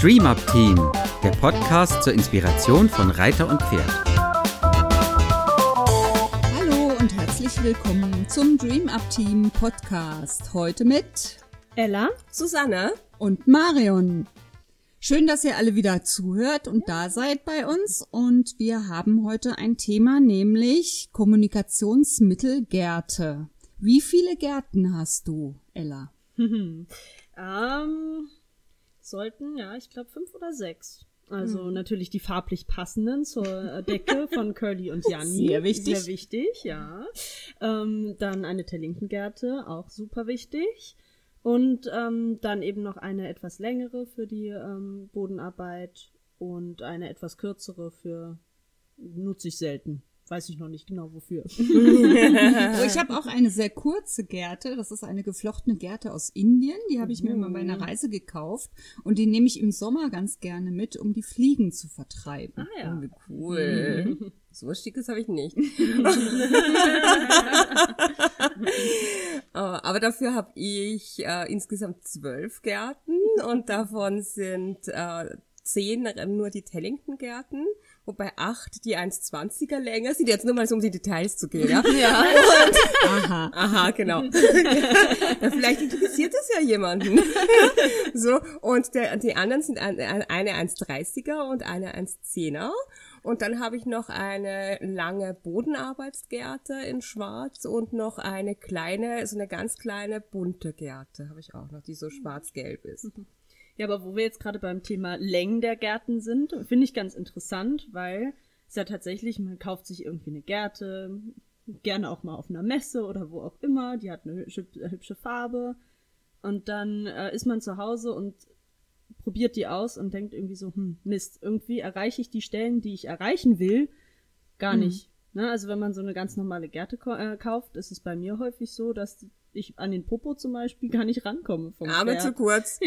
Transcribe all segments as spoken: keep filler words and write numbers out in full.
Dream Up Team, der Podcast zur Inspiration von Reiter und Pferd. Hallo und herzlich willkommen zum Dream Up Team Podcast. Heute mit Ella, Susanne und Marion. Schön, dass ihr alle wieder zuhört und da seid bei uns. Und wir haben heute ein Thema, nämlich Kommunikationsmittelgärte. Wie viele Gärten hast du, Ella? ähm, sollten, ja, ich glaube fünf oder sechs. Also mhm. natürlich die farblich passenden zur Decke von Curly und Janni. Sehr wichtig. Sehr wichtig, ja. Ähm, dann eine Terlingengerte, auch super wichtig. Und ähm, dann eben noch eine etwas längere für die ähm, Bodenarbeit und eine etwas kürzere für, nutze ich selten. Weiß ich noch nicht genau wofür. Ich habe auch eine sehr kurze Gerte. Das ist eine geflochtene Gerte aus Indien. Die habe ich mir mal bei einer Reise gekauft. Und die nehme ich im Sommer ganz gerne mit, um die Fliegen zu vertreiben. Ah ja. Oh, cool. Mhm. So was Schickes habe ich nicht. Aber dafür habe ich äh, insgesamt zwölf Gärten und davon sind äh, zehn nur die Tellington-Gärten, wobei acht die eins zwanziger Länge sind. Jetzt nur mal so, um die Details zu gehen, ja? Ja. Und, Aha. Aha, genau. Ja, vielleicht interessiert es ja jemanden. So, und der, die anderen sind ein, eine eins dreißiger und eine eins zehner. Und dann habe ich noch eine lange Bodenarbeitsgerte in Schwarz und noch eine kleine, so eine ganz kleine bunte Gerte habe ich auch noch, die so schwarz-gelb ist. Ja, aber wo wir jetzt gerade beim Thema Längen der Gärten sind, finde ich ganz interessant, weil es ja tatsächlich, man kauft sich irgendwie eine Gerte, gerne auch mal auf einer Messe oder wo auch immer, die hat eine hübsche, hübsche Farbe und dann äh, ist man zu Hause und probiert die aus und denkt irgendwie so, hm, Mist, irgendwie erreiche ich die Stellen, die ich erreichen will, gar nicht. Mhm. Ne? Also wenn man so eine ganz normale Gerte ko- äh, kauft, ist es bei mir häufig so, dass die ich an den Popo zum Beispiel gar nicht rankomme vom Arme Pferd. zu kurz.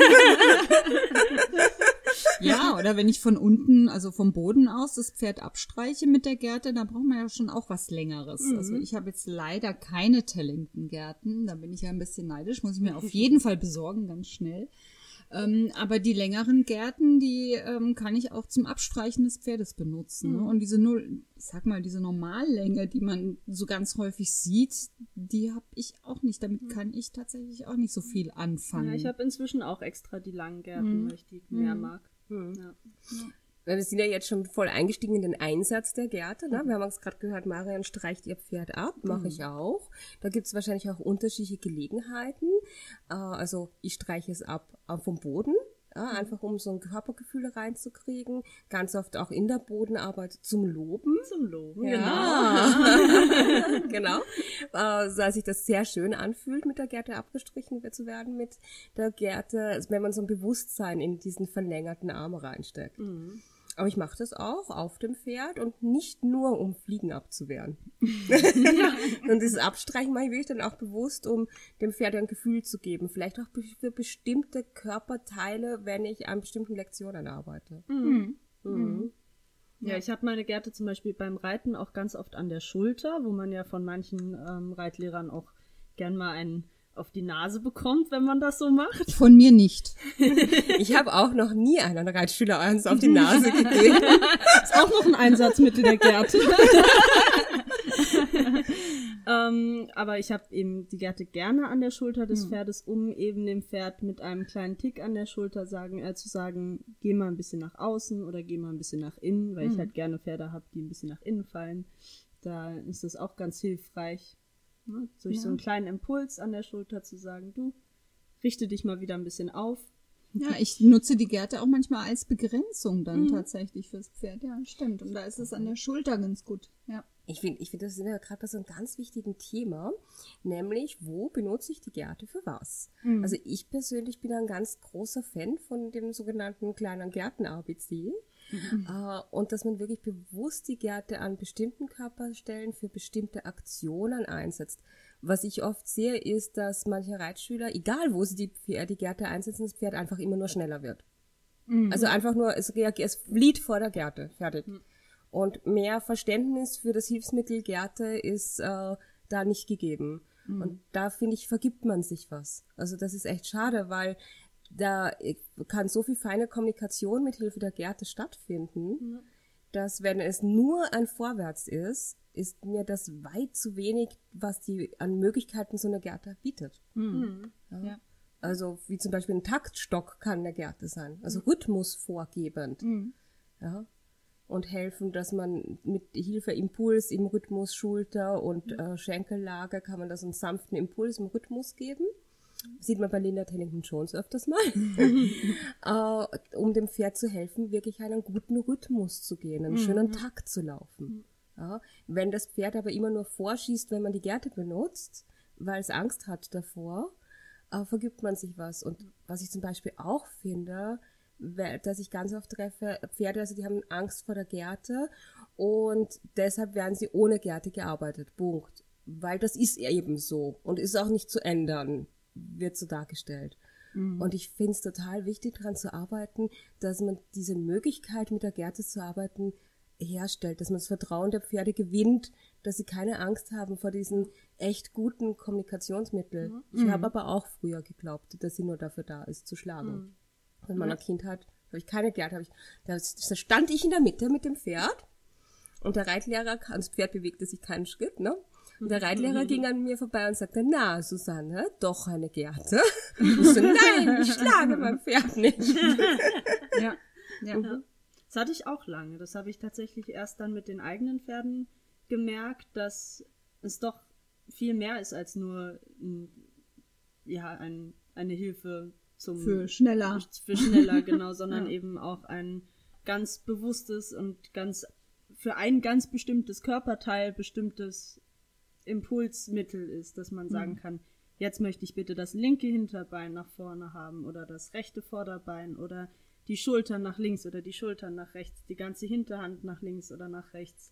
Ja, oder wenn ich von unten, also vom Boden aus, das Pferd abstreiche mit der Gerte, da braucht man ja schon auch was Längeres. Mhm. Also ich habe jetzt leider keine Tellington-Gärten, da bin ich ja ein bisschen neidisch, muss ich mir auf jeden Fall besorgen, ganz schnell. Ähm, aber die längeren Gärten, die ähm, kann ich auch zum Abstreichen des Pferdes benutzen. Mhm. Ne? Und diese null, ich sag mal, diese Normallänge, die man so ganz häufig sieht, die habe ich auch nicht. Damit kann ich tatsächlich auch nicht so viel anfangen. Ja, ich habe inzwischen auch extra die langen Gärten, mhm. weil ich die mehr mag. Mhm. Ja. Ja. Wir sind ja jetzt schon voll eingestiegen in den Einsatz der Gerte. Ne? Wir haben es gerade gehört, Marion streicht ihr Pferd ab, mache mhm. ich auch. Da gibt es wahrscheinlich auch unterschiedliche Gelegenheiten. Äh, also ich streiche es ab äh, vom Boden, ja, einfach um so ein Körpergefühl reinzukriegen. Ganz oft auch in der Bodenarbeit zum Loben. Zum Loben, ja. Genau. Genau. Äh, so, dass sich das sehr schön anfühlt, mit der Gerte abgestrichen zu werden, mit der Gerte, also wenn man so ein Bewusstsein in diesen verlängerten Arm reinsteckt. Mhm. Aber ich mache das auch auf dem Pferd und nicht nur, um Fliegen abzuwehren. Ja. Und dieses Abstreichen mache ich wirklich dann auch bewusst, um dem Pferd ein Gefühl zu geben. Vielleicht auch für bestimmte Körperteile, wenn ich an bestimmten Lektionen arbeite. Mhm. Mhm. Ja, ich habe meine Gerte zum Beispiel beim Reiten auch ganz oft an der Schulter, wo man ja von manchen ähm, Reitlehrern auch gern mal einen auf die Nase bekommt, wenn man das so macht. Von mir nicht. Ich habe auch noch nie einen Reitschüler eins auf die Nase gegeben. Ist auch noch ein Einsatzmittel der Gerte. ähm, aber ich habe eben die Gerte gerne an der Schulter des Pferdes, um eben dem Pferd mit einem kleinen Tick an der Schulter sagen, äh, zu sagen, geh mal ein bisschen nach außen oder geh mal ein bisschen nach innen, weil mhm. ich halt gerne Pferde habe, die ein bisschen nach innen fallen. Da ist es auch ganz hilfreich. Ne, durch ja. so einen kleinen Impuls an der Schulter zu sagen, du, richte dich mal wieder ein bisschen auf. Ja, ich nutze die Gerte auch manchmal als Begrenzung dann mhm. tatsächlich fürs Pferd. Ja, stimmt. Und da ist es an der Schulter ganz gut. Ja. Ich finde, ich finde, das ist ja gerade bei so einem ganz wichtigen Thema, nämlich, wo benutze ich die Gerte für was? Mhm. Also ich persönlich bin ein ganz großer Fan von dem sogenannten kleinen Gärten-A B C. Mhm. Uh, und dass man wirklich bewusst die Gerte an bestimmten Körperstellen für bestimmte Aktionen einsetzt. Was ich oft sehe, ist, dass manche Reitschüler, egal wo sie die, die Gerte einsetzen, das Pferd einfach immer nur schneller wird. Mhm. Also einfach nur, es, es flieht vor der Gerte, fertig. Mhm. Und mehr Verständnis für das Hilfsmittel Gerte ist äh, da nicht gegeben. Mhm. Und da, finde ich, vergibt man sich was. Also das ist echt schade, weil da kann so viel feine Kommunikation mit Hilfe der Gärte stattfinden, mhm. dass wenn es nur ein Vorwärts ist, ist mir das weit zu wenig, was die an Möglichkeiten so eine Gärte bietet. Mhm. Ja. Ja. Also wie zum Beispiel ein Taktstock kann eine Gärte sein, also mhm. Rhythmus vorgebend. Mhm. Ja. Und helfen, dass man mit Hilfe Impuls im Rhythmus Schulter und mhm. äh, Schenkellage kann man das einen sanften Impuls im Rhythmus geben. Sieht man bei Linda Tellington-Jones öfters mal. äh, um dem Pferd zu helfen, wirklich einen guten Rhythmus zu gehen, einen mhm. schönen Takt zu laufen. Mhm. Ja, wenn das Pferd aber immer nur vorschießt, wenn man die Gärte benutzt, weil es Angst hat davor, äh, vergibt man sich was. Und was ich zum Beispiel auch finde, dass ich ganz oft treffe, Pferde, also die haben Angst vor der Gärte und deshalb werden sie ohne Gärte gearbeitet. Punkt. Weil das ist eben so und ist auch nicht zu ändern, wird so dargestellt. Mhm. Und ich finde es total wichtig, daran zu arbeiten, dass man diese Möglichkeit, mit der Gärte zu arbeiten, herstellt, dass man das Vertrauen der Pferde gewinnt, dass sie keine Angst haben vor diesen echt guten Kommunikationsmitteln. Mhm. Ich habe aber auch früher geglaubt, dass sie nur dafür da ist, zu schlagen. Mhm. In meiner Kindheit habe ich keine Gärte. Ich, da, da stand ich in der Mitte mit dem Pferd und der Reitlehrer, das Pferd bewegte sich keinen Schritt, ne? Und der Reitlehrer ging an mir vorbei und sagte, na, Susanne, doch eine Gärte. Ich so, nein, ich schlage mein Pferd nicht. Ja, ja. Mhm. Das hatte ich auch lange. Das habe ich tatsächlich erst dann mit den eigenen Pferden gemerkt, dass es doch viel mehr ist als nur ein, ja, ein, eine Hilfe zum für schneller. Für schneller, genau, sondern ja. eben auch ein ganz bewusstes und ganz für ein ganz bestimmtes Körperteil bestimmtes Impulsmittel ist, dass man sagen mhm. kann, jetzt möchte ich bitte das linke Hinterbein nach vorne haben oder das rechte Vorderbein oder die Schultern nach links oder die Schultern nach rechts, die ganze Hinterhand nach links oder nach rechts,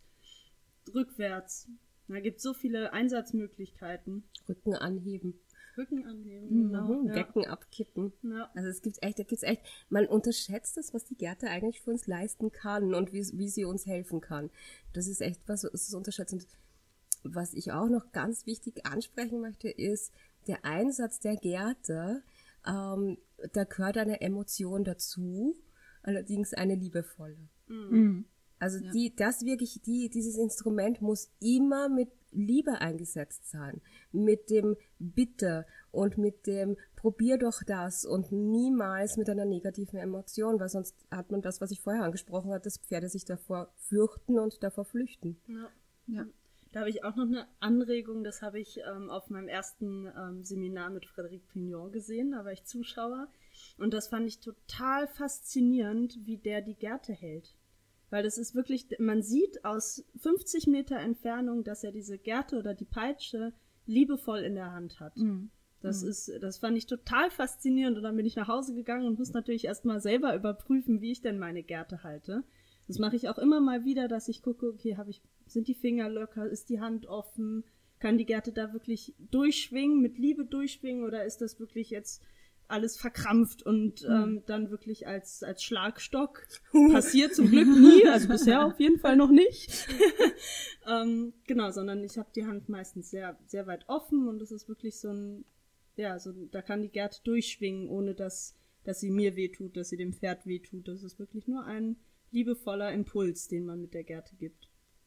rückwärts. Da gibt es so viele Einsatzmöglichkeiten. Rücken anheben. Rücken anheben, mhm. genau. Ja. Decken abkippen. Ja. Also es gibt echt, da gibt's echt, man unterschätzt das, was die Gärte eigentlich für uns leisten kann und wie, wie sie uns helfen kann. Das ist echt was, was es unterschätzt. Und was ich auch noch ganz wichtig ansprechen möchte, ist der Einsatz der Gärte. Ähm, da gehört eine Emotion dazu, allerdings eine liebevolle. Mhm. Also ja. die, das wirklich, die, dieses Instrument muss immer mit Liebe eingesetzt sein, mit dem Bitte und mit dem Probier doch das und niemals mit einer negativen Emotion, weil sonst hat man das, was ich vorher angesprochen habe, dass Pferde sich davor fürchten und davor flüchten. Ja, ja. Da habe ich auch noch eine Anregung, das habe ich ähm, auf meinem ersten ähm, Seminar mit Frédéric Pignon gesehen, da war ich Zuschauer und das fand ich total faszinierend, wie der die Gärte hält. Weil das ist wirklich, man sieht aus fünfzig Meter Entfernung, dass er diese Gärte oder die Peitsche liebevoll in der Hand hat. Mhm. Das mhm. ist, das fand ich total faszinierend und dann bin ich nach Hause gegangen und muss natürlich erstmal selber überprüfen, wie ich denn meine Gärte halte. Das mache ich auch immer mal wieder, dass ich gucke, okay, habe ich, sind die Finger locker, ist die Hand offen, kann die Gärte da wirklich durchschwingen, mit Liebe durchschwingen oder ist das wirklich jetzt alles verkrampft und mhm. ähm, dann wirklich als als Schlagstock passiert zum Glück nie, also bisher auf jeden Fall noch nicht. ähm, genau, sondern ich habe die Hand meistens sehr sehr weit offen und es ist wirklich so ein, ja, so da kann die Gärte durchschwingen, ohne dass dass sie mir wehtut, dass sie dem Pferd wehtut. Das ist wirklich nur ein liebevoller Impuls, den man mit der Gärte gibt.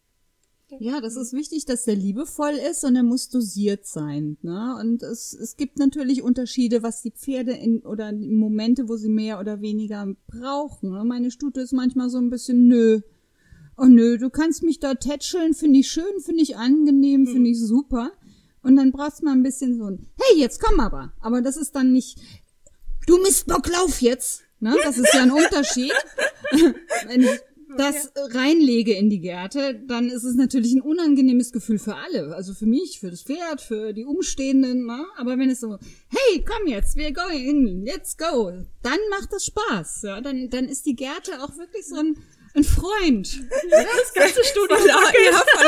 Ja, das ist wichtig, dass der liebevoll ist und er muss dosiert sein, ne? Und es, es gibt natürlich Unterschiede, was die Pferde in, oder in Momente, wo sie mehr oder weniger brauchen, ne? Meine Stute ist manchmal so ein bisschen, nö, oh nö, du kannst mich da tätscheln, finde ich schön, finde ich angenehm, finde ich super. Und dann brauchst du mal ein bisschen so ein, hey, jetzt komm aber. Aber das ist dann nicht, du Mistbock, lauf jetzt, ne? Das ist ja ein Unterschied. Wenn ich das reinlege in die Gärte, dann ist es natürlich ein unangenehmes Gefühl für alle. Also für mich, für das Pferd, für die Umstehenden, ne? Aber wenn es so, hey, komm jetzt, we're going, let's go, dann macht das Spaß. Ja? Dann, dann ist die Gärte auch wirklich so ein, ein Freund. Das ganze Studio vor, lau- ja, vor,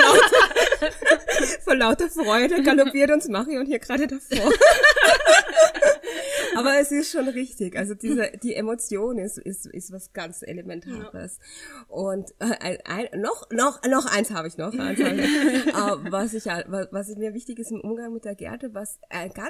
lauter, vor lauter Freude galoppiert uns Marion hier gerade davor. Aber es ist schon richtig. Also diese, die Emotion ist, ist, ist was ganz Elementares. Ja. Und äh, ein, ein, noch, noch, noch eins habe ich noch. Eins hab ich noch. uh, was ich, was, was mir wichtig ist im Umgang mit der Gärte, was äh, ganz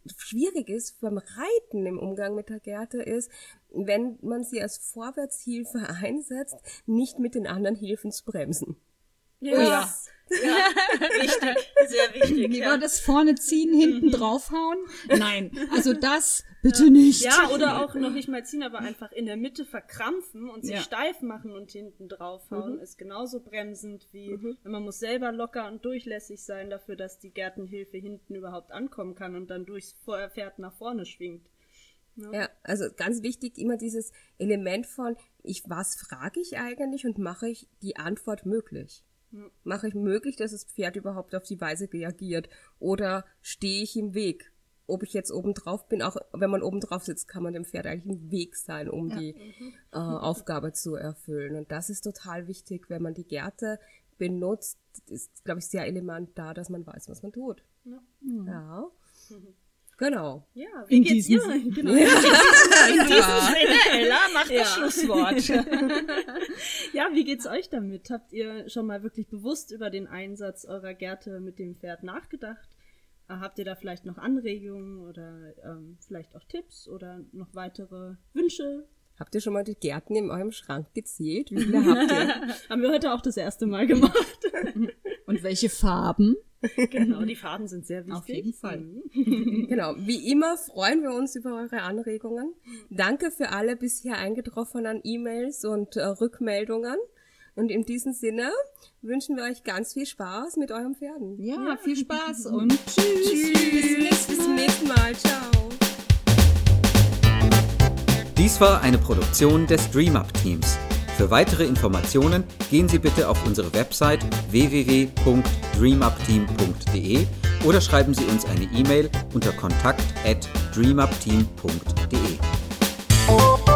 schwierig ist beim Reiten im Umgang mit der Gerte ist, wenn man sie als Vorwärtshilfe einsetzt, nicht mit den anderen Hilfen zu bremsen. Ja. Oh ja. Ja, wichtig, sehr wichtig. Wie ja. war das? Vorne ziehen, hinten draufhauen? Nein, also das bitte nicht. Ja, oder auch noch nicht mal ziehen, aber einfach in der Mitte verkrampfen und sich ja. steif machen und hinten draufhauen, mhm. ist genauso bremsend wie, mhm. man muss selber locker und durchlässig sein dafür, dass die Gärtenhilfe hinten überhaupt ankommen kann und dann durchs Pferd nach vorne schwingt. Ja. ja, also ganz wichtig immer dieses Element von, ich was frage ich eigentlich und mache ich die Antwort möglich. Mache ich möglich, dass das Pferd überhaupt auf die Weise reagiert? Oder stehe ich im Weg? Ob ich jetzt oben drauf bin, auch wenn man oben drauf sitzt, kann man dem Pferd eigentlich im Weg sein, um ja. die mhm. äh, Aufgabe zu erfüllen. Und das ist total wichtig, wenn man die Gerte benutzt, ist, glaube ich, sehr elementar, dass man weiß, was man tut. Ja. Mhm. ja. Mhm. Genau. Ja, wie in geht's dir? Genau. Ja. In diesem Sinne, Ella macht ja. das Schlusswort. Ja, wie geht's euch damit? Habt ihr schon mal wirklich bewusst über den Einsatz eurer Gerte mit dem Pferd nachgedacht? Habt ihr da vielleicht noch Anregungen oder ähm, vielleicht auch Tipps oder noch weitere Wünsche? Habt ihr schon mal die Gärten in eurem Schrank gezählt? Wie viele habt ihr? Haben wir heute auch das erste Mal gemacht. Und welche Farben? Genau, die Farben sind sehr wichtig. Auf jeden Fall. Genau, wie immer freuen wir uns über eure Anregungen. Danke für alle bisher eingetroffenen E-Mails und äh, Rückmeldungen. Und in diesem Sinne wünschen wir euch ganz viel Spaß mit euren Pferden. Ja, ja. Viel Spaß und tschüss. Tschüss. Bis zum nächsten Mal. Ciao. Dies war eine Produktion des DreamUp-Teams. Für weitere Informationen gehen Sie bitte auf unsere Website w w w punkt dreamupteam punkt d e oder schreiben Sie uns eine E-Mail unter kontakt at dreamupteam punkt d e.